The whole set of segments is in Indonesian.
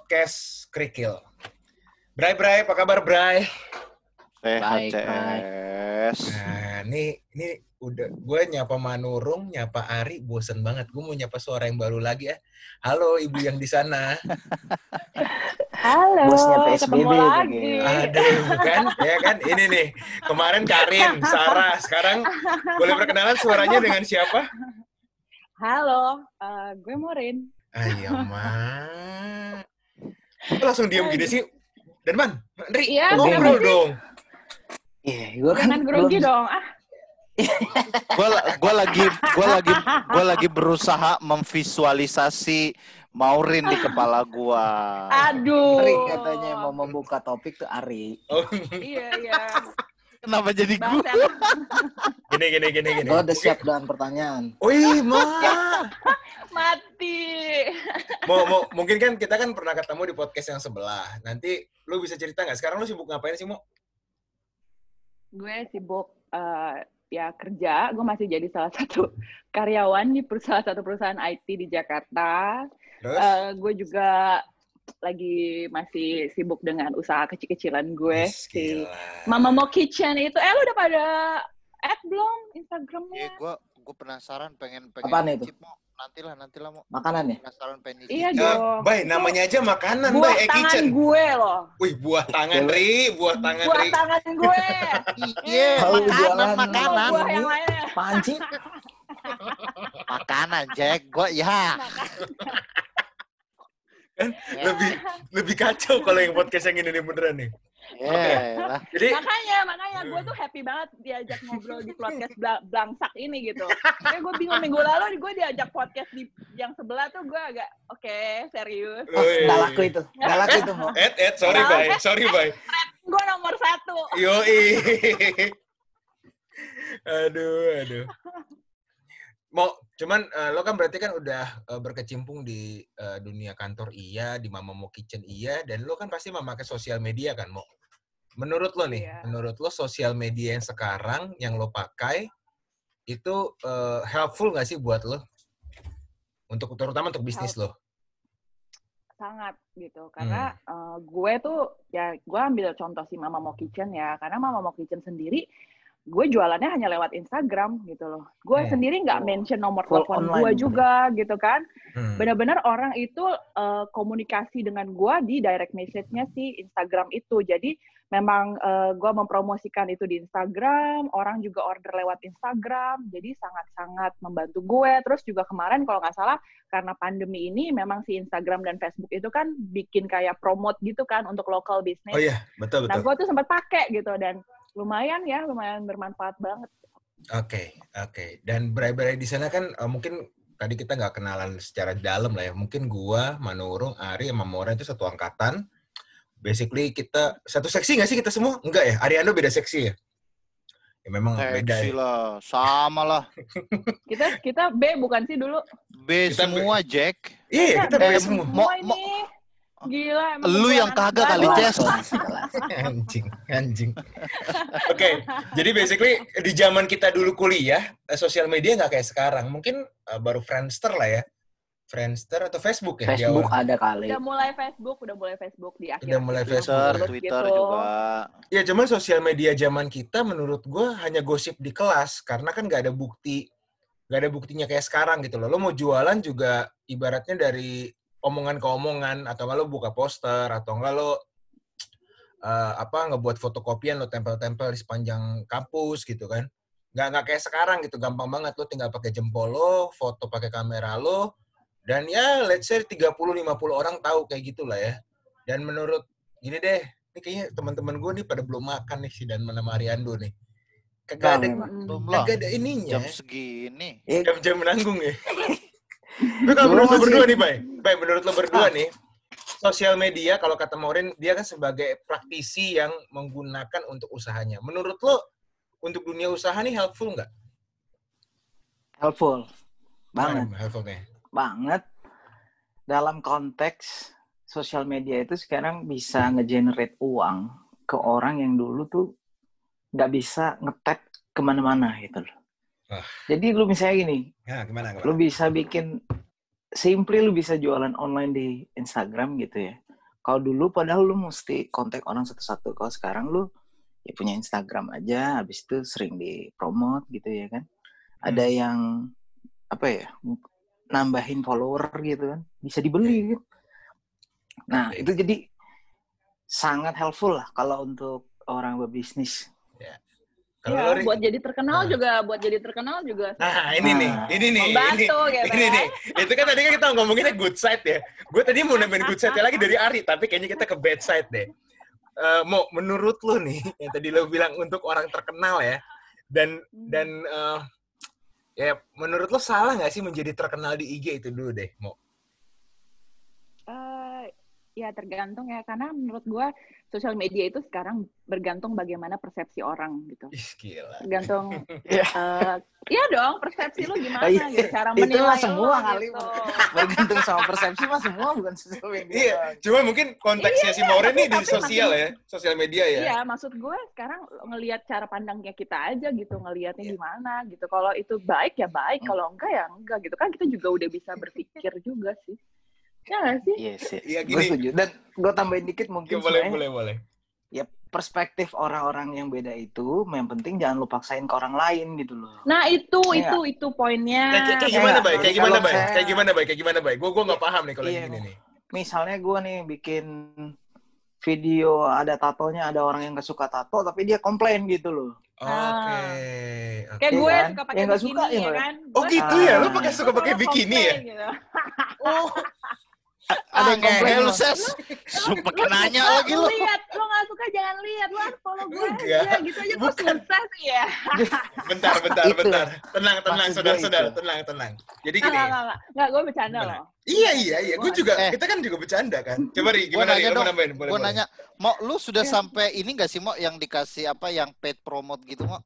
podcast Krikil. Bray, apa kabar Bray? Baik. Nah, ini udah gue nyapa Manurung, nyapa Ari, bosen banget. Gue mau nyapa suara yang baru lagi ya. Halo ibu yang di sana. Halo, Bosnya PSBB ketemu lagi. Aduh, kan? Ya kan? Ini nih, kemarin Karin, Sarah. Sekarang boleh perkenalan suaranya dengan siapa? Halo, gue Morin. Ayo, Ma. Kok langsung diem gini sih? Dan Man, Andri, Iya, ngobrol dong. Iya, gue kan Jangan grogi dong. Gue lagi berusaha memvisualisasi Maureen di kepala gue. Aduh. Ari katanya mau membuka topik tuh Ari. Oh. Iya. Kenapa jadi gue? Gini. Gue udah siap dengan pertanyaan. Wih, Ma. Mati. Mungkin kan kita kan pernah ketemu di podcast yang sebelah. Nanti lu bisa cerita nggak? Sekarang lu sibuk ngapain sih, Mo? Gue sibuk ya kerja. Gue masih jadi salah satu karyawan di salah satu perusahaan IT di Jakarta. Terus? Gue juga lagi masih sibuk dengan usaha kecil-kecilan gue si Mama Mo Kitchen itu. Lu udah pada add belum Instagramnya? Iya, gue penasaran pengen Apaan itu? Mo. Nantilah Mo. Makanan ya? Penasaran pengen Iya nyicip. dong. Bay, namanya aja makanan, Buah Bay, tangan kitchen. gue loh. Wih, buah tangan, Ri. Buah tangan, Buah Ri. tangan gue. Iya, Tahu jualan makanan. Buah yang lainnya. Panci? Makanan, Jack. Gue ya. Kan lebih kacau kalau yang podcast yang ini nih beneran nih. Lah. Jadi Makanya gue tuh happy banget diajak ngobrol di podcast Blangsak ini gitu. Kayak gue bingung minggu lalu gue diajak podcast di yang sebelah tuh gue agak serius. Oh, nggak laku itu. Mo. sorry, Bay. Gue nomor 1. Yoi. Aduh. Cuman lo kan berarti kan udah berkecimpung di dunia kantor iya, di Mama Mo Kitchen iya, dan lo kan pasti memakai sosial media kan, Mo? Menurut lo nih, Iya. menurut lo sosial media yang sekarang yang lo pakai itu helpful nggak sih buat lo? Terutama untuk bisnis lo? Sangat gitu. Karena gue tuh, ya gue ambil contoh si Mama Mo Kitchen ya. Karena Mama Mo Kitchen sendiri, gue jualannya hanya lewat Instagram gitu loh. Gue sendiri nggak mention nomor telepon gue juga gitu kan. Benar-benar orang itu komunikasi dengan gue di direct message-nya si Instagram itu. Jadi memang gue mempromosikan itu di Instagram, orang juga order lewat Instagram, jadi sangat-sangat membantu gue. Terus juga kemarin kalau nggak salah, karena pandemi ini memang si Instagram dan Facebook itu kan bikin kayak promote gitu kan untuk local business. Oh iya, betul. Nah gue tuh sempat pakai gitu, dan lumayan bermanfaat banget. Oke. Dan Bray-Bray di sana kan mungkin tadi kita nggak kenalan secara dalam lah ya. Mungkin gua, Manurung, Ari, sama Mora itu satu angkatan. Basically kita satu seksi nggak sih kita semua? Enggak ya? Ariando beda seksi ya? Ya memang beda Seksi ya. lah, sama lah. Kita B bukan sih dulu? B Kita semua, Jack. Iya, kita B semua. Ini. Gila, emang Lu yang kagak kali, Ces. Anjing. Oke, jadi basically di zaman kita dulu kuliah, sosial media nggak kayak sekarang. Mungkin baru Friendster lah ya. Friendster atau Facebook ya? Facebook ada kali. Udah mulai Facebook di akhir. Udah mulai Facebook. Twitter gitu. juga. Ya, cuman sosial media zaman kita menurut gue hanya gosip di kelas. Karena kan nggak ada buktinya kayak sekarang gitu loh. Lo mau jualan juga ibaratnya dari omongan ke omongan, atau nggak lo buka poster, atau nggak lo ngebuat fotokopian lo tempel-tempel di sepanjang kampus gitu kan. Nggak kayak sekarang gitu, gampang banget. Lo tinggal pakai jempol lo, foto pakai kamera lo, dan ya let's say 30-50 orang tahu kayak gitulah ya. Dan menurut gini deh, ini kayaknya teman-teman gue nih pada belum makan nih si Dan sama Ariando nih. Kagak ada ininya. Jam segini. Jam menanggung ya. Tapi kalau menurut lo berdua nih, Bay, menurut lo berdua nih, sosial media kalau kata Maureen, dia kan sebagai praktisi yang menggunakan untuk usahanya. Menurut lo, untuk dunia usaha nih helpful nggak? Helpful. Banget. Helpfulnya. Banget. Dalam konteks sosial media itu sekarang bisa nge-generate uang ke orang yang dulu tuh nggak bisa nge-tap kemana-mana gitu loh. Jadi lu misalnya gini, gimana? Lu bisa bikin, simply lu bisa jualan online di Instagram gitu ya. Kalau dulu padahal lu mesti kontak orang satu-satu. Kalau sekarang lu ya punya Instagram aja, habis itu sering dipromot gitu ya kan. Ada yang apa ya, nambahin follower gitu kan, bisa dibeli gitu. Nah, itu jadi sangat helpful lah kalau untuk orang berbisnis. Iya, buat jadi terkenal juga. Nah, ini nih. Membantu gitu ini ya. nih. Itu kan tadi kan kita ngomonginnya good side ya. Gue tadi mau nambahin good side lagi dari Ari, tapi kayaknya kita ke bad side deh. Mo, menurut lu nih, yang tadi lu bilang untuk orang terkenal ya, dan ya menurut lu salah nggak sih menjadi terkenal di IG itu dulu deh, Mo? Ya tergantung ya, karena menurut gue sosial media itu sekarang bergantung bagaimana persepsi orang gitu. Gila. Tergantung, iya dong, persepsi lu gimana gitu, cara Itu menilai semua lo kali gitu. bergantung sama persepsi mah semua bukan sosial media. Iya, cuma mungkin konteksnya si Maureen nih di sosial ya, sosial media ya. Iya, maksud gue sekarang ngelihat cara pandangnya kita aja gitu, ngelihatnya gimana gitu. Kalau itu baik ya baik, kalau enggak ya enggak gitu kan, kita juga udah bisa berpikir juga sih. Ya nggak sih? Yes. Iya, Gue setuju. Dan gue tambahin dikit mungkin boleh. Ya perspektif orang-orang yang beda itu, yang penting jangan lu paksain ke orang lain gitu loh. Nah itu poinnya. Kayak gimana, Bay? Gue nggak paham nih kalau gini nih. Misalnya gue nih bikin video ada tatonya, ada orang yang nggak suka tato, tapi dia komplain gitu loh. Oke. Kayak gue kan? suka pakai nggak bikini suka, ya kan? Oh gitu ya, lu suka pakai bikini ya? Gitu. Oh. Ada yang komplain lu ses. Sumpah nanya lagi lu. Lihat, lu nggak suka jangan lihat, lu harus follow gue aja gitu aja. Kok susah sih ya? Bentar. Tenang. Jadi gini. Nggak, gue bercanda loh. Iya. Gue juga, kita kan juga bercanda kan. Coba Ri, gimana Ri? Lu nambahin, boleh. Gue nanya, Mo, lu sudah sampai ini nggak sih, Mo, yang dikasih apa, yang paid promote gitu, Mo?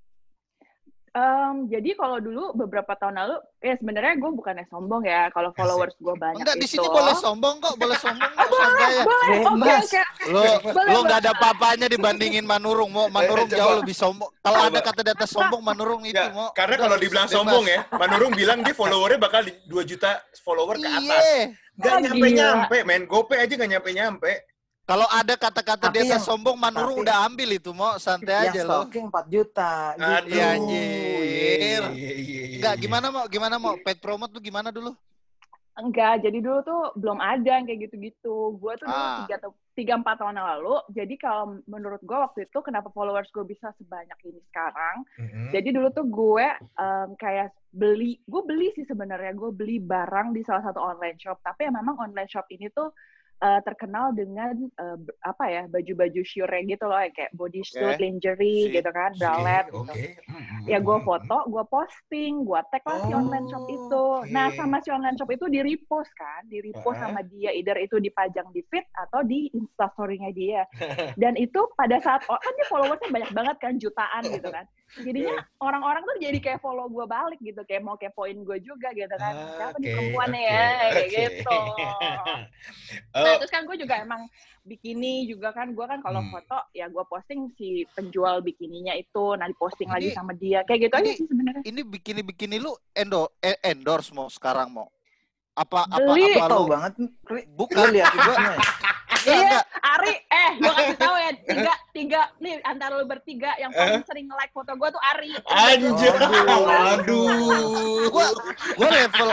Jadi kalau dulu beberapa tahun lalu, ya sebenarnya gue bukannya sombong ya, kalau followers gue banyak. Enggak, di itu. sini boleh sombong kok, boleh sombong kok. Boleh. Oke. Lu nggak ada apa-apanya dibandingin Manurung, Mo. Manurung jauh lebih sombong. Kalau ada kata di atas sombong, Manurung itu, Mo. Karena kalau dibilang sombong ya, Manurung bilang dia followernya bakal 2 juta follower ke atas. Nggak nyampe-nyampe, men. Gope aja nggak nyampe-nyampe. Kalau ada kata-kata di atas sombong, Manurung udah ambil itu, Mo. Santai aja lo. Yang stalking 4 juta. Aduh, iya, anjir. Iya. Enggak, gimana, Mo? Paid promote tuh gimana dulu? Enggak, jadi dulu tuh belum ada yang kayak gitu-gitu. Gue tuh dulu 3-4 tahun yang lalu. Jadi kalau menurut gue waktu itu kenapa followers gue bisa sebanyak ini sekarang. Jadi dulu tuh gue kayak beli sih sebenarnya. Gue beli barang di salah satu online shop. Tapi memang online shop ini tuh terkenal dengan baju-baju sure gitu loh, kayak bodysuit, lingerie gitu kan, bralette gitu. Ya gue foto, gue posting, gue tag lah si online shop itu. Nah sama si online shop itu di repost sama dia, either itu dipajang di feed atau di instastory-nya dia. Dan itu pada saat kan dia followersnya banyak banget kan, jutaan gitu kan. Jadinya orang-orang tuh jadi kayak follow gue balik gitu, kayak mau kepoin gue juga gitu kan. Siapa nih perempuannya ya, kayak gitu. Nah terus kan gue juga emang bikini juga kan, gue kan kalau foto ya gue posting si penjual bikininya itu, nah diposting lagi sama dia, kayak gitu aja sih sebenarnya. Ini bikini lu endorse Mo sekarang, Mo? Apa tahu lu banget? Bukan lihat gue. Iya, Ari, gue kasih tahu ya, tiga nih antara lu bertiga yang paling sering like foto gue tuh Ari. Anjir, aduh. Gue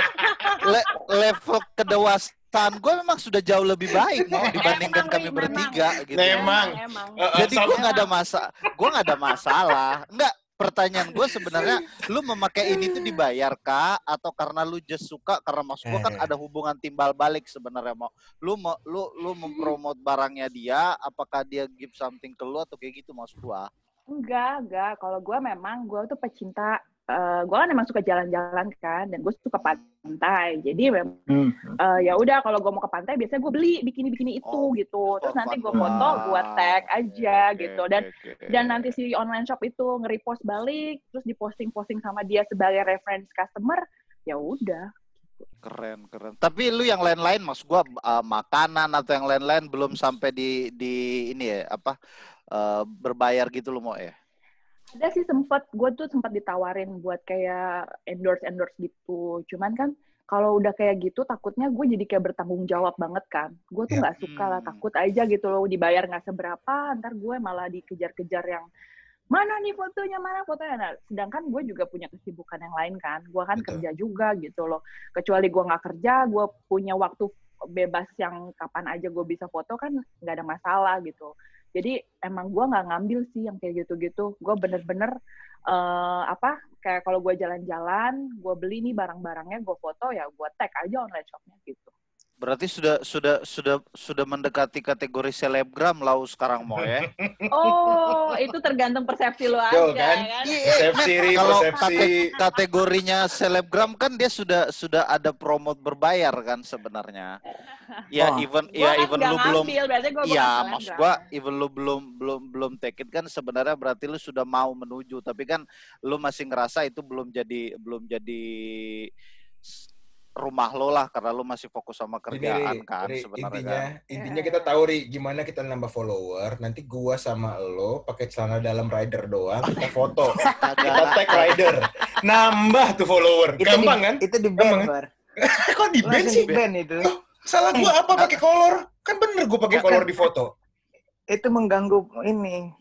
level kedewasaan gue memang sudah jauh lebih baik, Mo, dibandingkan kami bertiga gitu. Memang. Jadi gue nggak ada masalah. Enggak. Pertanyaan gue sebenarnya, lu memakai ini tuh dibayar kah atau karena lu just suka? Karena maksud gue kan ada hubungan timbal balik sebenarnya, Mo. Lu mempromot barangnya dia, apakah dia give something ke lu atau kayak gitu maksud gue? Enggak. Kalau gue memang gue tuh pecinta, gue kan emang suka jalan-jalan kan, dan gue suka pantai. Jadi memang ya udah kalau gue mau ke pantai biasanya gue beli bikini itu gitu. Terus nanti gue foto, gue tag aja gitu. Dan nanti si online shop itu nge-repost balik, terus diposting sama dia sebagai reference customer, ya udah. Keren. Tapi lu yang lain-lain, maksud gua makanan atau yang lain-lain belum sampai di ini ya, berbayar gitu lu, Mo ya? Ada sih gue tuh sempat ditawarin buat kayak endorse gitu. Cuman kan kalau udah kayak gitu takutnya gue jadi kayak bertanggung jawab banget kan. Gue tuh nggak suka lah, takut aja gitu loh dibayar nggak seberapa, ntar gue malah dikejar-kejar yang mana nih fotonya, mana fotonya. Nah, sedangkan gue juga punya kesibukan yang lain kan. Gue kan kerja juga gitu loh. Kecuali gue nggak kerja, gue punya waktu bebas yang kapan aja gue bisa foto kan nggak ada masalah gitu. Jadi emang gue nggak ngambil sih yang kayak gitu-gitu. Gue bener-bener kayak kalau gue jalan-jalan, gue beli nih barang-barangnya, gue foto ya gue tag aja online shopnya gitu. Berarti sudah mendekati kategori selebgram lah sekarang mau ya. Oh, itu tergantung persepsi lo aja kan. Persepsi, Kalau persepsi. kategorinya selebgram kan dia sudah ada promote berbayar kan sebenarnya. Ya even lu belum. Ya maksud gua even lu belum take it kan sebenarnya berarti lu sudah mau menuju, tapi kan lu masih ngerasa itu belum jadi rumah lo lah karena lo masih fokus sama kerjaan kan sebenarnya. Intinya kita tahu gimana kita nambah follower. Nanti gua sama lo pakai celana dalam rider doang, kita foto. Kita tag rider. Nambah tuh follower. Gampang kan? Itu di ban, Bar. Kok di ban sih? Ban itu. Salah gua apa pakai kolor? Kan bener gua pakai kolor di foto. Itu mengganggu ini.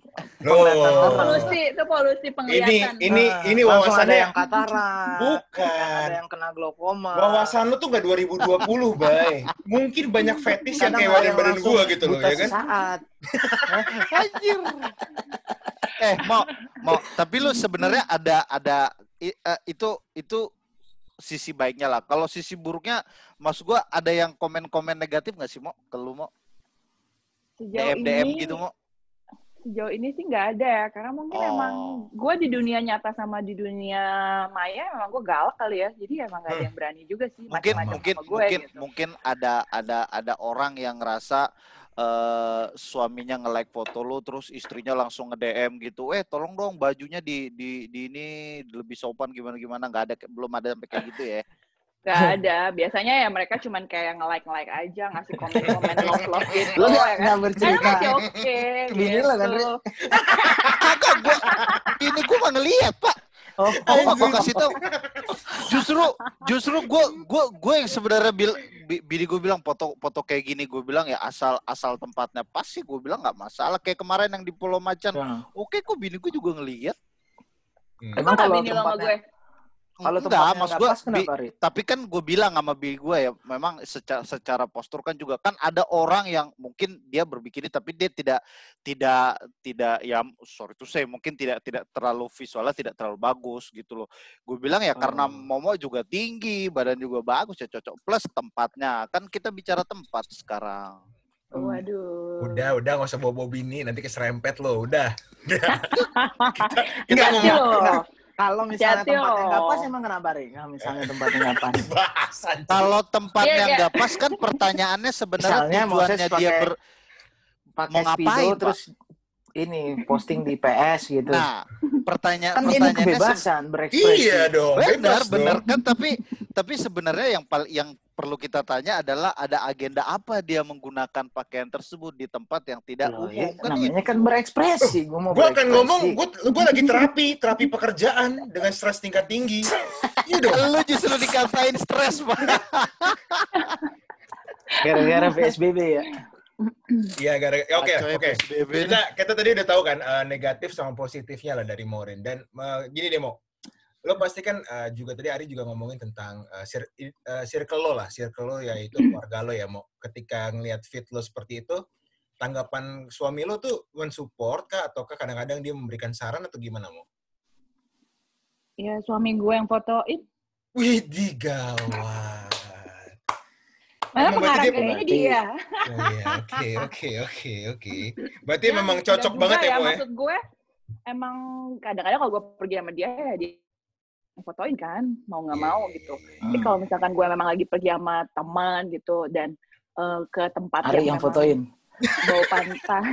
Polusi penglihatan. Ini wawasannya yang katarak. Bukan. Ada yang kena glaukoma. Wawasan lu tuh nggak 2020, Bay. Mungkin banyak fetish yang kayak badan gua gitu loh, ya kan? Saat. Anjir. Mau tapi lu sebenarnya ada itu sisi baiknya lah. Kalau sisi buruknya, maksud gua ada yang komen-komen negatif nggak sih, Mo? Ke lu, Mo? DM gitu, Mo? Sejauh ini sih nggak ada ya, karena mungkin emang gue di dunia nyata sama di dunia maya emang gue galak kali ya, jadi emang nggak ada yang berani juga sih. Mungkin ada orang yang ngerasa suaminya nge-like foto lu terus istrinya langsung nge-DM gitu, tolong dong bajunya di ini lebih sopan gimana, belum ada sampai kayak gitu ya. Gak ada, biasanya ya mereka cuman kayak nge-like aja, ngasih komen-komen love gitu. Lo gak bercerita. Masih oke. Bini lo kan, Ri? Kagak, ini gue mah ngeliat, Pak. Gue kasih tau. Justru gue yang sebenarnya bini gue bilang foto kayak gini, gue bilang ya asal tempatnya pas sih, gue bilang nggak masalah. Kayak kemarin yang di Pulau Macan, oke kok bini gue juga ngeliat. Emang kalau tempatnya kalau enggak, mas gue, tapi kan gue bilang sama bini gue ya, memang secara postur kan juga kan ada orang yang mungkin dia berbikini tapi dia tidak ya sorry to say mungkin tidak terlalu visualnya tidak terlalu bagus gitu loh. Gue bilang ya karena Momo juga tinggi, badan juga bagus ya cocok, plus tempatnya kan kita bicara tempat sekarang. Waduh. Udah nggak usah bawa bini, nanti keserempet lo, udah. Kita ngomong. Kalau misalnya tempatnya nggak pas, emang kenapa, Ri? Misalnya tempatnya nggak pas. Kalau tempatnya nggak pas kan pertanyaannya sebenarnya tujuannya dia mau ngapain, terus ini posting di PS gitu. Nah, pertanyaannya ini kebebasan berekspresi. Iya dong, benar kan, tapi sebenarnya yang perlu kita tanya adalah ada agenda apa dia menggunakan pakaian tersebut di tempat yang tidak umum. Ya, kan namanya kan berekspresi. Gue akan ngomong, gue lagi terapi pekerjaan dengan stres tingkat tinggi. Iya dong. Lu justru dikatain stres, Pak. Gara-gara PSBB ya. Iya, oke. Kita tadi udah tahu kan negatif sama positifnya lah dari Morin. Dan gini deh, Mo. Lo pasti kan juga tadi Ari juga ngomongin tentang circle lo yaitu keluarga lo ya, Mo. Ketika ngelihat feed lo seperti itu, tanggapan suami lo tuh mensupport kah ataukah kadang-kadang dia memberikan saran atau gimana, Mo? Ya, suami gue yang fotoin. Wih, gawat. Mana pengarangnya dia. Oh iya, oke. Berarti ya, memang cocok banget ya, Mo ya? Maksud gue, emang kadang-kadang kalau gue pergi sama dia, ya dia fotoin kan, mau nggak mau gitu. Tapi kalau misalkan gue memang lagi pergi sama teman gitu, dan ke tempat Ari yang fotoin. Bau pantai.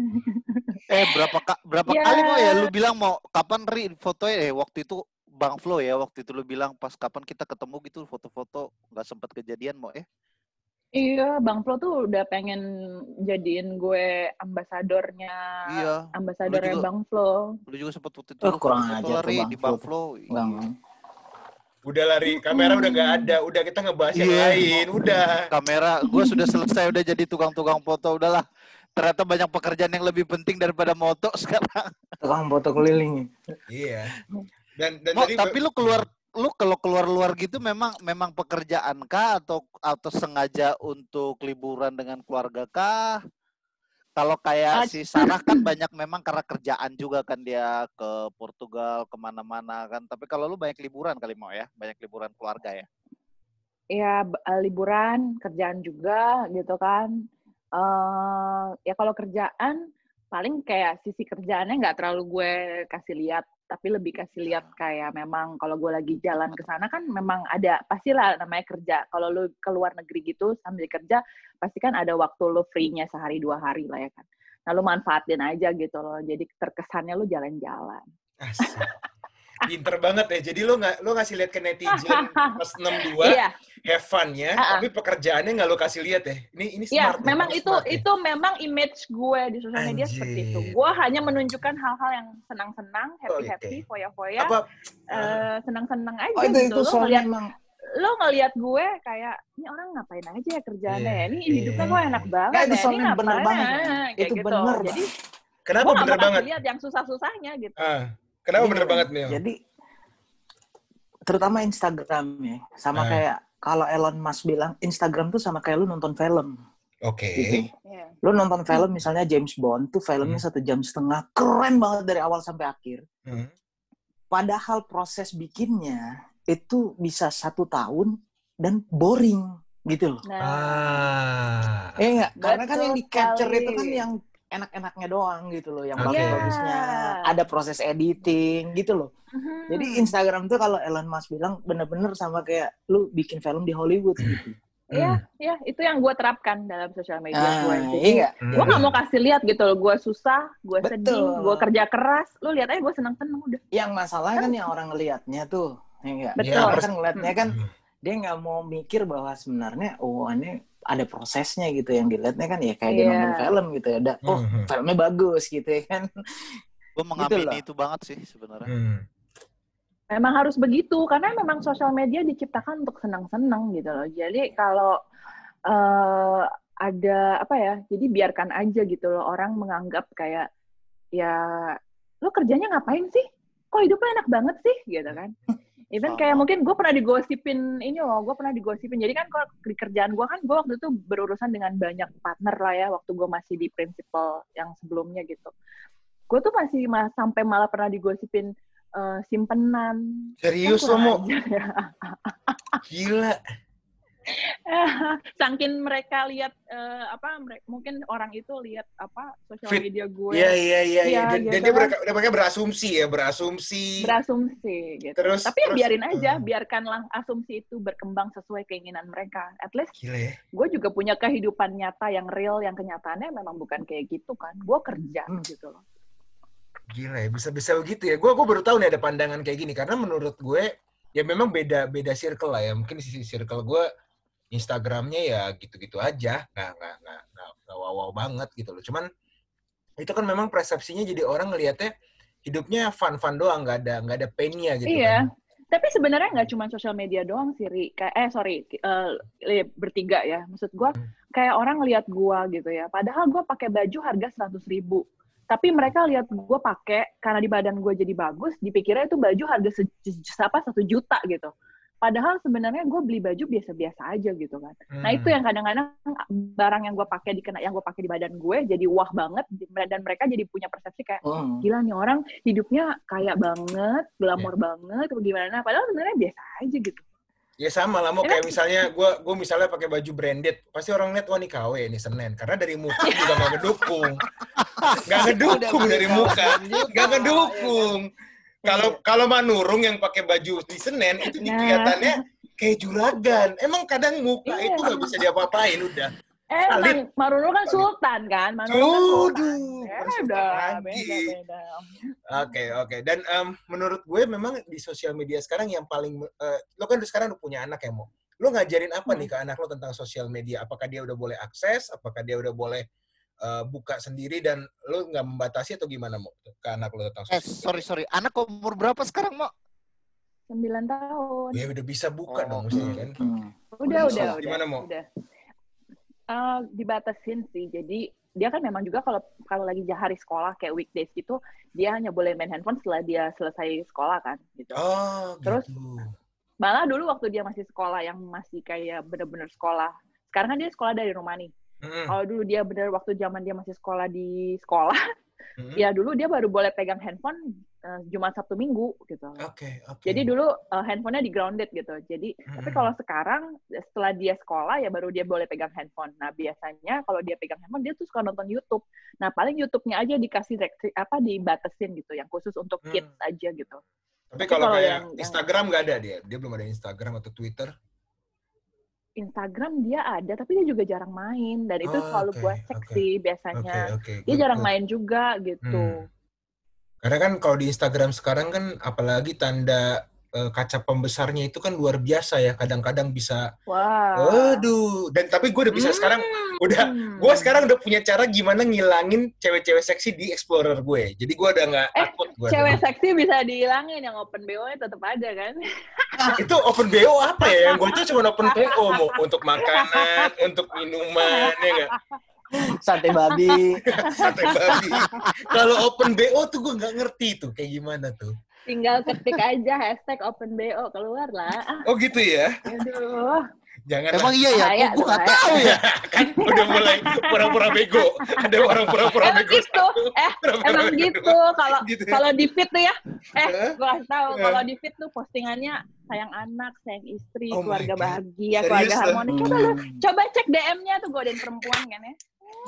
Berapa kali Mo ya lu bilang mau kapan Ri fotoin? Waktu itu Bang Flo ya, waktu itu lu bilang pas kapan kita ketemu gitu foto-foto, nggak sempat kejadian Mo Iya, Bang Flo tuh udah pengen jadiin gue ambasadornya, ambasadornya Bang Flo. Lu juga sempat foto itu. Kurang aja tuh di Bang Flo. Udah lari, kamera udah nggak ada, udah kita ngebahas yang lain, udah. Kamera, gue sudah selesai, udah jadi tukang-tukang foto, udahlah. Ternyata banyak pekerjaan yang lebih penting daripada moto sekarang. Tukang foto keliling. Iya. Dan tadi Tapi lu kalau keluar luar gitu memang pekerjaan kah atau sengaja untuk liburan dengan keluarga kah? Kalau kayak si Sarah kan banyak memang karena kerjaan juga kan dia ke Portugal kemana-mana kan. Tapi kalau lu banyak liburan kali mau ya, banyak liburan keluarga ya. Ya liburan, kerjaan juga gitu kan. Ya kalau kerjaan paling kayak sisi kerjaannya nggak terlalu gue kasih lihat, tapi lebih kasih lihat kayak memang kalau gue lagi jalan ke sana kan memang ada pastilah namanya kerja. Kalau lu ke luar negeri gitu sambil kerja pasti kan ada waktu lu free-nya sehari 2 hari lah ya kan. Nah lu manfaatin aja gitu loh. Jadi terkesannya lu jalan-jalan. Asik. Pinter banget ya. Jadi lu ngasih lihat ke netizen pas 62 Iya. have fun-nya, tapi pekerjaannya nggak lu kasih lihat ya. Ini ya, smart. memang smart, itu memang image gue di sosial media seperti itu. Gue hanya menunjukkan hal-hal yang senang-senang, happy-happy, foya-foya, senang-senang aja gitu. Lo ngelihat gue kayak ini orang ngapain aja ya kerjaannya ya. Ini hidupnya gue enak banget ya. Ini bener banget. Itu gitu. bener. Jadi kenapa bener banget? Lihat yang susah-susahnya gitu. Kenapa bener banget, Mil? Jadi terutama Instagram ya, sama kayak kalau Elon Musk bilang Instagram tuh sama kayak lu nonton film. Oke. Gitu. Yeah. Lu nonton film misalnya James Bond tuh filmnya 1,5 jam, keren banget dari awal sampai akhir. Padahal proses bikinnya itu bisa 1 tahun dan boring gitu loh. Enggak, karena kan yang di capture itu kan yang enak-enaknya doang gitu loh, yang bagus-bagusnya, ada proses editing gitu loh. Jadi Instagram tuh kalau Elon Musk bilang bener-bener sama kayak lu bikin film di Hollywood gitu. Iya, itu yang gue terapkan dalam sosial media gue. Jadi gue nggak mau kasih lihat gitu loh, gue susah, gue sedih, gue kerja keras, lu lihat aja gue senang-senang udah. Yang masalah kan yang orang ngelihatnya tuh, enggak. Betul. Orang kan ngelihatnya kan dia nggak mau mikir bahwa sebenarnya ini ada prosesnya gitu, yang dilihatnya kan ya kayak dia nonton film gitu ya, udah filmnya bagus gitu ya kan. Gue mengamini itu banget sih sebenarnya. Memang harus begitu karena memang sosial media diciptakan untuk senang-senang gitu loh. Jadi kalau ada apa ya, jadi biarkan aja gitu loh, orang menganggap kayak ya lo kerjanya ngapain sih? Kok hidupnya enak banget sih gitu kan. Even kayak mungkin gue pernah digosipin Jadi kan kalau di kerjaan gue kan gue waktu itu berurusan dengan banyak partner lah ya, waktu gue masih di prinsipal yang sebelumnya gitu. Gue tuh masih sampai malah pernah digosipin simpenan. Serius lo mau? Gila. Saking mereka lihat mungkin orang itu lihat sosial media gue. Iya. Dan gitu dia mereka berasumsi gitu. Terus biarin aja, biarkanlah asumsi itu berkembang sesuai keinginan mereka. At least gue juga punya kehidupan nyata yang real, yang kenyataannya memang bukan kayak gitu kan. Gue kerja gitu loh. Gila ya, bisa begitu ya. Gue baru tahu nih ada pandangan kayak gini, karena menurut gue ya memang beda circle lah ya. Mungkin sisi circle gue Instagramnya ya gitu-gitu aja, nggak wow banget gitu loh. Cuman itu kan memang persepsinya, jadi orang ngelihatnya hidupnya fun doang, nggak ada pain-nya gitu. Iya. Kan. Tapi sebenarnya nggak cuma sosial media doang sih, bertiga ya. Maksud gue kayak orang ngelihat gue gitu ya. Padahal gue pakai baju harga 100.000. Tapi mereka lihat gue pakai karena di badan gue jadi bagus, dipikirnya itu baju harga 1 juta gitu. Padahal sebenarnya gue beli baju biasa-biasa aja gitu kan. Nah itu yang kadang-kadang barang yang gue pakai di badan gue jadi wah banget, dan mereka jadi punya persepsi kayak gila nih orang hidupnya kaya banget, glamor banget, atau gimana. Padahal sebenarnya biasa aja gitu. Ya sama lah, mau kayak misalnya gue misalnya pakai baju branded, pasti orang lihat wah nih KW nih Senen, karena dari muka juga nggak ngedukung dari muka, nggak ngedukung. Kalau Manurung yang pakai baju di Senen itu kelihatannya kayak juragan. Emang kadang muka itu nggak bisa diapa-apain udah. Emang Manurung kan sultan kan. Beda. Oke. Dan menurut gue memang di sosial media sekarang yang paling lo kan sekarang udah punya anak ya, Mo. Lo ngajarin apa nih ke anak lo tentang sosial media? Apakah dia udah boleh akses? Apakah dia udah boleh buka sendiri dan lo nggak membatasi atau gimana, Mo, ke anak lo tentang sosial media? Sorry. Anak umur berapa sekarang, Mo? 9 tahun. Ya udah bisa buka dong mestinya kan. Udah. Gimana mau? Udah. Dibatasin sih. Jadi dia kan memang juga kalau lagi hari sekolah kayak weekdays gitu, dia hanya boleh main handphone setelah dia selesai sekolah kan gitu. Oh, Terus gitu. malah dulu waktu dia masih sekolah yang masih kayak bener-bener sekolah. Sekarang kan dia sekolah dari rumah nih. Kalau dulu dia bener waktu zaman dia masih sekolah di sekolah, ya dulu dia baru boleh pegang handphone Jumat, Sabtu, Minggu gitu. Oke. Jadi dulu handphonenya di grounded gitu. Jadi tapi kalau sekarang setelah dia sekolah ya baru dia boleh pegang handphone. Nah biasanya kalau dia pegang handphone dia tuh suka nonton YouTube. Nah paling YouTube-nya aja dikasih dibatasin gitu, yang khusus untuk kids aja gitu. Tapi kalau kayak Instagram nggak ada dia belum ada Instagram atau Twitter. Instagram dia ada, tapi dia juga jarang main. Dan itu selalu gue cek sih biasanya. Dia jarang main juga gitu. Karena kan kalau di Instagram sekarang kan apalagi tanda kaca pembesarnya itu kan luar biasa ya. Kadang-kadang bisa, waduh. Dan tapi gue udah bisa sekarang, gue sekarang udah punya cara gimana ngilangin cewek-cewek seksi di Explorer gue. Jadi gue udah nggak takut. Cewek seksi bisa dihilangin, yang open BO-nya tetap ada kan? Itu open BO apa ya? Yang gue itu cuma open BO mau untuk makanan, untuk minuman, ya nggak? Sate babi. Kalau open BO tuh gue nggak ngerti tuh kayak gimana tuh. Tinggal ketik aja hashtag open BO, keluar lah. Oh gitu ya? Aduh. Jangan. Emang iya ya? Gue nggak tahu ya. Kan udah mulai pura-pura bego. Ada orang pura-pura bego. Emang gitu. Kalau di feed tuh ya. Gue kasih tahu. Kalau di feed tuh postingannya sayang anak, sayang istri, keluarga bahagia, keluarga harmonis. Coba cek DM-nya tuh godain perempuan kan ya.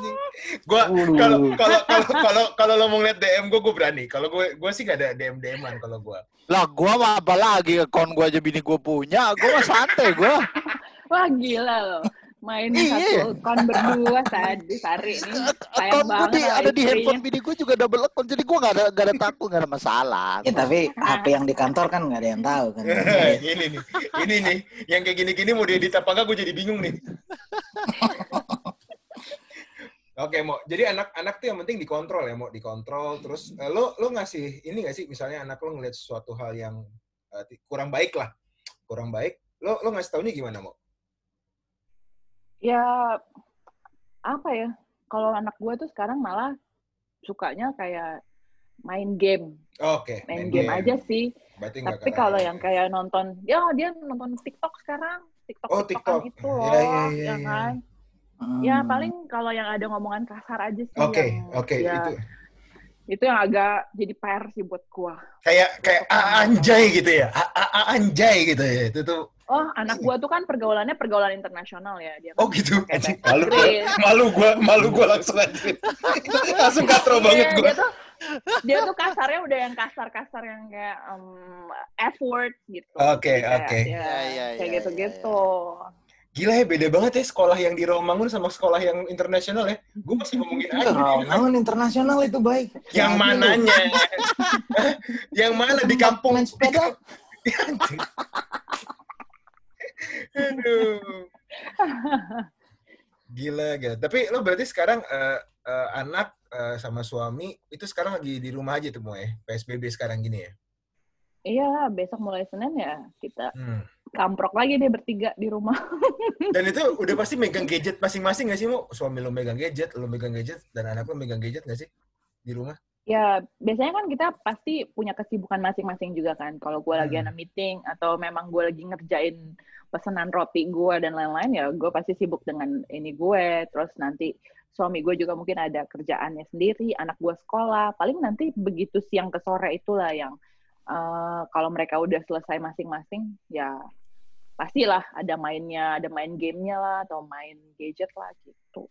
Kalau lo mau ngeliat DM gue berani. Kalau gue sih gak ada DM-an kalau gue. Lah gue mah apa lagi, akun gue aja bini gue punya, gue mah santai gue. Wah gila loh, main satu akun berdua sehari ini. Akun gue ada di handphone bini gue juga double akun, jadi gue gak ada takut, gak ada masalah. Ya, tapi HP yang di kantor kan gak ada yang tahu kan. Ini nih, yang kayak gini-gini mau diedit apa enggak gue jadi bingung nih. Oke, Mo. Jadi anak-anak tuh yang penting dikontrol ya, Mo. Dikontrol. Terus lo ngasih ini nggak sih, misalnya anak lo ngeliat sesuatu hal yang kurang baik lah. Kurang baik. Lo ngasih taunya gimana, Mo? Ya, apa ya. Kalau anak gue tuh sekarang malah sukanya kayak main game. Oke. Main game aja sih. Berarti tapi kalau yang kayak nonton, dia nonton TikTok sekarang. TikTok itu loh. Ya kan. Ya paling kalau yang ada ngomongan kasar aja sih. Oke. Itu yang agak jadi PR sih buat gua. Kayak anjay gitu ya. Anjay gitu ya. Itu tuh. Oh, anak gua tuh kan pergaulan internasional ya dia. Oh gitu. Malu gua langsung aja. Langsung katro banget gua. Dia tuh kasarnya udah yang kasar-kasar yang kayak F-word gitu. Oke. Kayak gitu-gitu. Gila ya, beda banget ya sekolah yang di Rawamangun sama sekolah yang internasional ya. Gue masih ngomongin aja. Rawamangun internasional itu baik. Yang mananya? Yang mana di kampung? Main sepeda. Aduh. Gila. Tapi lo berarti sekarang anak sama suami itu sekarang lagi di rumah aja tuh, Mo ya? PSBB sekarang gini ya? Iya, besok mulai Senin ya kita kamprok lagi deh bertiga di rumah. Dan itu udah pasti megang gadget masing-masing nggak sih, Mo? Suami lo megang gadget, lo megang gadget, dan anak lo megang gadget nggak sih di rumah? Ya, biasanya kan kita pasti punya kesibukan masing-masing juga kan. Kalau gue lagi ada meeting, atau memang gue lagi ngerjain pesanan roti gue dan lain-lain, ya gue pasti sibuk dengan ini gue. Terus nanti suami gue juga mungkin ada kerjaannya sendiri, anak gue sekolah. Paling nanti begitu siang ke sore itulah yang kalau mereka udah selesai masing-masing, ya pastilah ada mainnya, ada main gamenya lah, atau main gadget lah gitu.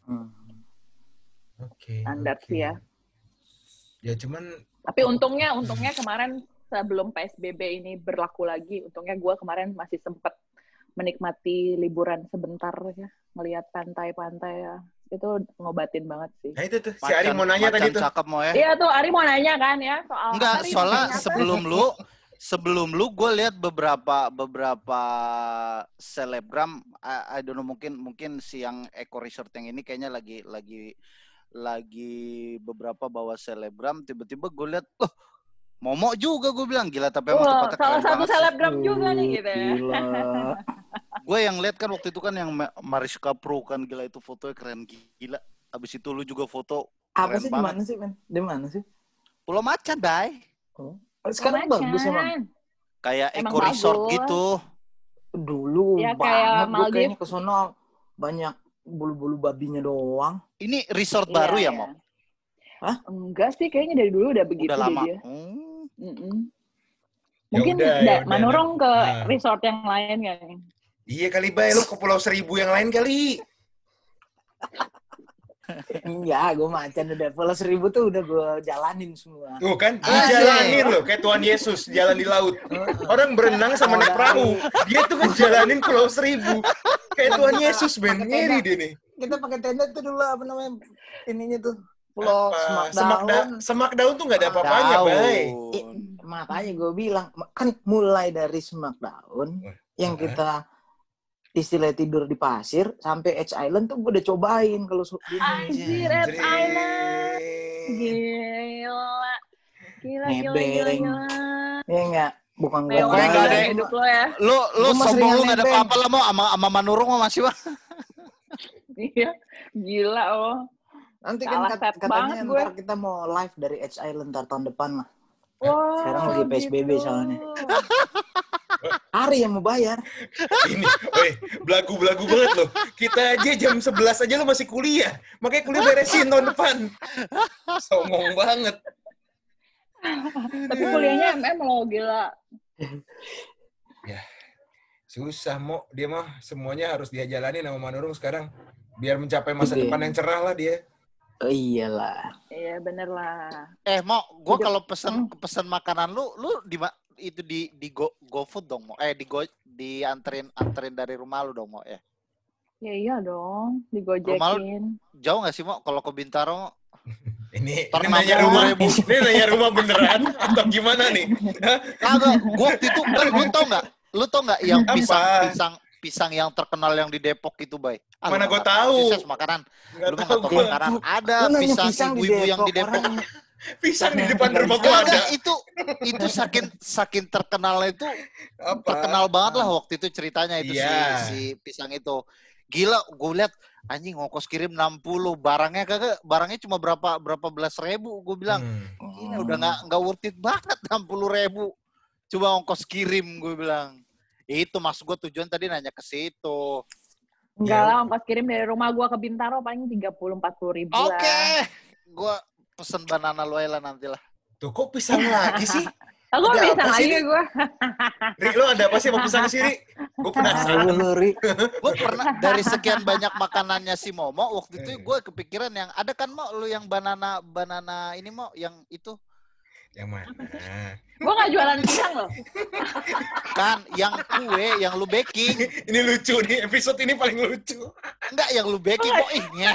Oke. Standar sih ya. Ya cuman. Tapi untungnya kemarin sebelum PSBB ini berlaku lagi, untungnya gue kemarin masih sempat menikmati liburan sebentar ya, ngelihat pantai-pantai ya. Itu ngobatin banget sih. Nah itu tuh, si Ari mau nanya tadi tuh. Cakep, Mo, ya. Iya tuh, Ari mau nanya kan ya soal. Enggak, soalnya sebelum lu gue lihat beberapa selebgram, I don't know, mungkin si yang Eco Resort yang ini kayaknya lagi beberapa bawa selebgram, tiba-tiba gue lihat Momo juga gue bilang gila tapi emang Wah, tempatnya salah keren satu banget sih. selebgram juga nih gitu ya. Gila. Gue yang lihat kan waktu itu kan yang Mariska Pro kan gila itu fotonya keren gila. Abis itu lu juga foto Apa keren sih di banget. mana sih, men? Di mana sih? Pulau Macan, Bay. Oh. Sekarang bagus emang. Kayak Emang eco resort bagus. gitu. Dulu Ya, kayak banget gue Maldives. kayaknya ke sono banyak bulu-bulu babinya doang. Ini resort baru ya, Mo? Hah? Enggak sih, kayaknya dari dulu udah begitu Udah lama. dia. Hmm. Mungkin Ya udah, Manurung ke nah. resort yang lain kan. Iya kali, Bay. Lu ke Pulau Seribu yang lain kali. Enggak, gue Macan udah. Pulau Seribu tuh udah gue jalanin semua. Tuh kan, dijalanin loh. Kayak Tuhan Yesus, jalan di laut. Orang berenang sama naik perahu. Dia tuh kan jalanin Pulau Seribu. Kayak Tuhan Yesus, Ben. Ngeri dia nih. Kita pakai tenda tuh dulu, apa namanya, ininya tuh. Pulau Apa? Semak Semak daun tuh nggak ada apa-apanya, Bay. Makanya gue bilang, kan mulai dari Semak Daun, yang kita istilah tidur di pasir, sampai Edge Island tuh gue udah cobain kalau Anjir, Edge Island. Gila. nebeng. Ya enggak? Bukan gue Mewah Pokoknya nggak ada banget hidup lo ya. Lu Gua mah sombong seringan lu nggak ada nebeng. apa-apa lah, Mo. Sama Manurung mah masih mah. Iya, gila lo. Nanti Salah kan set katanya banget gue. ntar kita mau live dari Edge Island ntar tahun depan lah. Wah, Sekarang lagi PSBB gitu. soalnya. Ari yang mau bayar. Ini, belagu-belagu banget loh. Kita aja jam 11 aja lu masih kuliah. Makanya kuliah beresin tahun depan. Songong banget. Tapi kuliahnya MM lo, gila. Ya, susah, Mo. Dia mah semuanya harus dia jalani sama Manurung sekarang. Biar mencapai masa Iya. depan yang cerah lah dia. Oh, iyalah. Iya, bener lah. Mo, gua Hidup. kalau pesen makanan lu itu di GoFood dong, Mo. Dianterin dari rumah lu dong, Mo, ya. Ya iya dong, Rumah digojekin. Jauh nggak sih, Mo? Kalau ke Bintaro, Mo? Ini Ntar nanya 60.000. Ini nanya rumah beneran atau gimana nih? Hah? Kagak, gua waktu itu kan lu tau nggak yang Apa? pisang yang terkenal yang di Depok itu, Bay? Mana lu gua nggak tahu. Sukses makanan. Nggak Lu mah tahu nggak tahu gua. makanan. Ada Lu nanya pisang ibu-ibu yang di Depok. orang- Pisang di depan rumah gua ada. Enggak, itu saking terkenalnya itu Apa? terkenal banget lah waktu itu ceritanya itu Iya. si pisang itu. Gila, gue lihat anjing ongkos kirim 60, barangnya cuma berapa belas ribu, gue bilang. Ini udah nggak worth it banget 60.000. Coba ongkos kirim, gue bilang. Itu maksud gue tujuan tadi nanya ke situ. Enggak Ya. lah, ongkos kirim dari rumah gua ke Bintaro paling 30-40 ribu lah. Oke, gue pesen banana lo lah nanti lah. Tuh kok pisang lagi sih? Aku Ada bisa apa sih, lagi Ri? gua. Ri, lo ada apa sih sama pisang sih, Ri? Gue penasaran. Tahu lu, Ri. Gue pernah dari sekian banyak makanannya si Momo waktu itu gue kepikiran yang ada kan Mo lu yang banana ini Mo yang itu Yang mana? Gua nggak jualan pisang loh. kan yang kue yang lu baking. Ini lucu nih, episode ini paling lucu. Enggak yang lu baking kok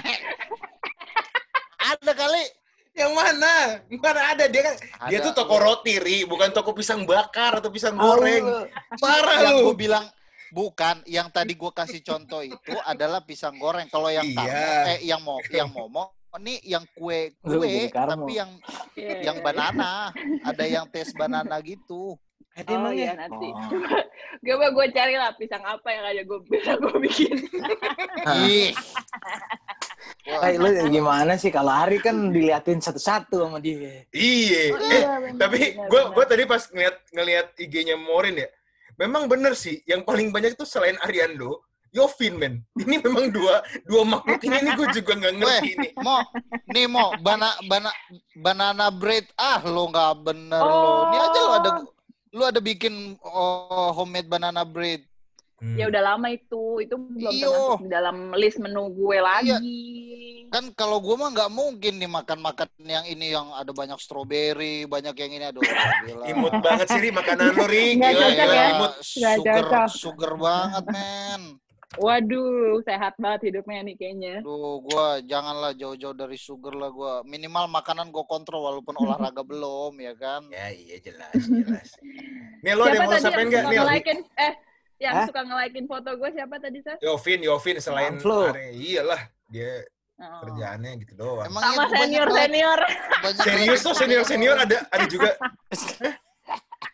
ada kali. Yang mana? Mana ada? Dia kan dia Ada. tuh toko roti, Ri, bukan toko pisang bakar atau pisang goreng. Parah Yang lu. gue bilang bukan, yang tadi gue kasih contoh itu adalah pisang goreng. Kalau yang Iya. yang Momo ini yang kue Lu jadi Karmo. tapi yang banana, ada yang tes banana gitu. Oh iya nanti. Oh. Coba gue cari lah pisang apa yang ada gue bisa gue bikin. Ih. Lu gimana sih kalau Ari kan diliatin satu-satu sama dia. Iya. Oh, iya, bener, Tapi bener. gue tadi pas ngeliat IG-nya Morin ya, memang bener sih. Yang paling banyak itu selain Ariando, Yovin, men. Ini memang dua makhluk ini gue juga nggak ngerti nih. Mo, banana bread. Lo nggak bener lo. Ini aja lo ada bikin homemade banana bread. Ya udah lama itu belum Iyo. termasuk di dalam list menu gue lagi. Kan kalau gue mah nggak mungkin nih makan yang ini yang ada banyak stroberi, banyak yang ini. Aduh, gila. Imut banget sih, Ri, makanan lo, Ri. Nggak Gila, cocok gila, ya? imut. Nggak cocok. Sugar banget, men. Waduh, sehat banget hidupnya nih kayaknya. Duh, gue janganlah jauh-jauh dari sugar lah gue. Minimal makanan gue kontrol walaupun olahraga belum, ya kan? Ya iya jelas. Nih lo ada yang mau sampaikan nggak, Nil? Yang suka nge-like-in foto gue siapa tadi, Sas? Yovin selain Flo. Ari. Iyalah, dia Oh. kerjaannya gitu doang. Emang Sama iya, gua senior-senior. banyak Serius tuh senior ada juga.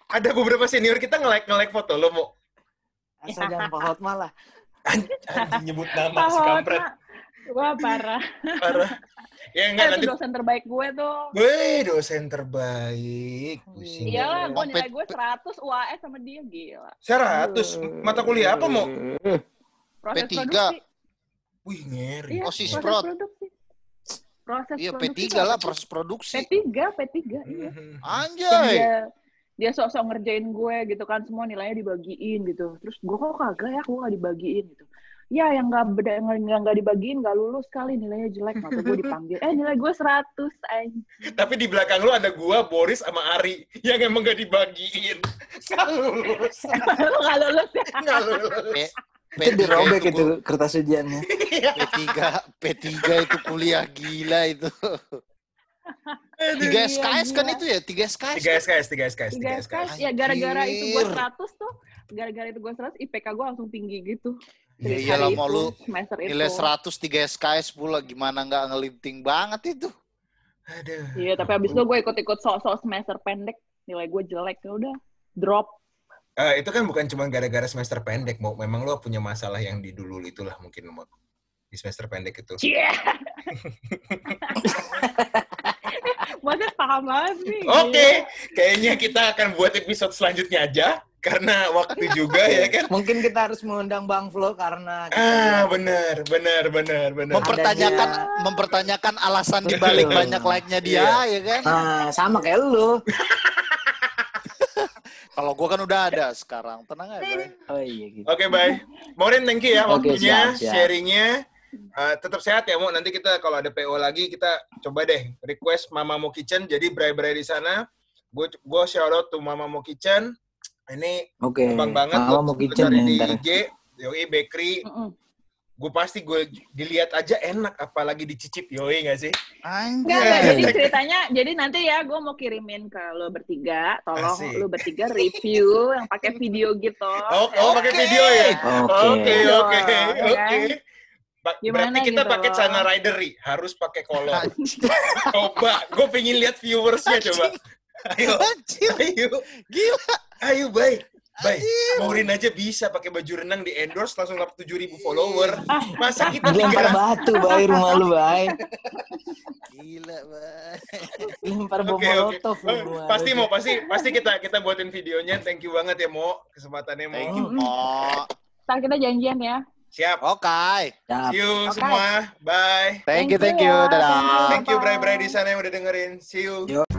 ada beberapa senior kita nge-like foto lo, Mo. Asal jangan Pak Hotma lah. Anjing nyebut nama si kampret. Wah, parah. Parah. Ya enggak nanti. Itu dosen terbaik gue tuh. Weh, dosen terbaik. Pusing. Iyalah, gue nilai gue 100 UAS sama dia, gila. 100? Mata kuliah apa, Mo? Proses P3. produksi. Wih, ngeri. Iya, Osis proses prod. produksi. Proses Iya, produksi. P3 lah proses produksi. P3, iya. Anjay. Dia sok-sok ngerjain gue gitu kan, semua nilainya dibagiin gitu. Terus gue kok kagak ya, gue gak dibagiin gitu. Ya, yang nggak dibagiin nggak lulus kali, nilainya jelek. Maka gue dipanggil, nilai gue 100. Tapi di belakang lu ada gua, Boris, sama Ari yang emang gak dibagiin. Nggak lulus. Nggak lulus ya? Nggak lulus. Itu dirobek itu kertas ujiannya. P3 itu kuliah gila itu. 3 SKS kan itu ya? 3 SKS. 3 SKS. Ya gara-gara itu gue 100 tuh. Gara-gara itu gue 100, IPK gue langsung tinggi gitu. Ya iyalah mau lu semester nilai itu. 100 3 SKS pula, gimana nggak ngelinting banget itu. Aduh. Iya, tapi abis itu gue ikut-ikut sok-sok semester pendek, nilai gue jelek, ya udah drop. Itu kan bukan cuma gara-gara semester pendek, Mo. Memang lo punya masalah yang di dulu itulah mungkin, Mo. Di semester pendek itu. Cie. Maksudnya paham banget sih. Oke, kayaknya kita akan buat episode selanjutnya aja. Karena waktu juga ya kan. Mungkin kita harus mengundang Bang Flo karena benar. Mempertanyakan alasan dibalik banyak like-nya dia, ya kan? Sama kayak lu. Kalau gue kan udah ada sekarang, tenang aja. Oh iya gitu. Oke, bye. Maureen, thank you ya waktunya, siap. sharingnya. Tetap sehat ya, Mo. Nanti kita kalau ada PO lagi, kita coba deh request Mama Mo Kitchen. Jadi bray-bray di sana. Gue shout out to Mama Mo Kitchen. Ini gampang banget. Mama Mo Kitchen cari di ya, IG, Yoi Bakery. Gue pasti dilihat aja enak, apalagi dicicip, Yoi nggak sih? Enggak, jadi ceritanya, jadi nanti ya gue mau kirimin ke lo bertiga, tolong lo bertiga review yang pakai video gitu. Pakai video ya? Oke. Berarti kita gitu pakai channel ridery, harus pakai kolor. Coba, gue pengen lihat viewersnya coba. Ayo. Gila. Ayo, baik. Maureen aja bisa pakai baju renang di endorse langsung dapat 7.000 follower. Masa kita lempar batu, Bay, rumah lu, Bay. Gila, Bay. Lempar bom molotov. Pasti kita buatin videonya. Thank you banget ya, Mo. Kesempatannya, Mo. Thank you, Mo. Ntar kita janjian ya. Siap. Oke. See you semua. Bye. Thank you. Dadah. Thank you, bray-bray di sana yang udah dengerin. See you.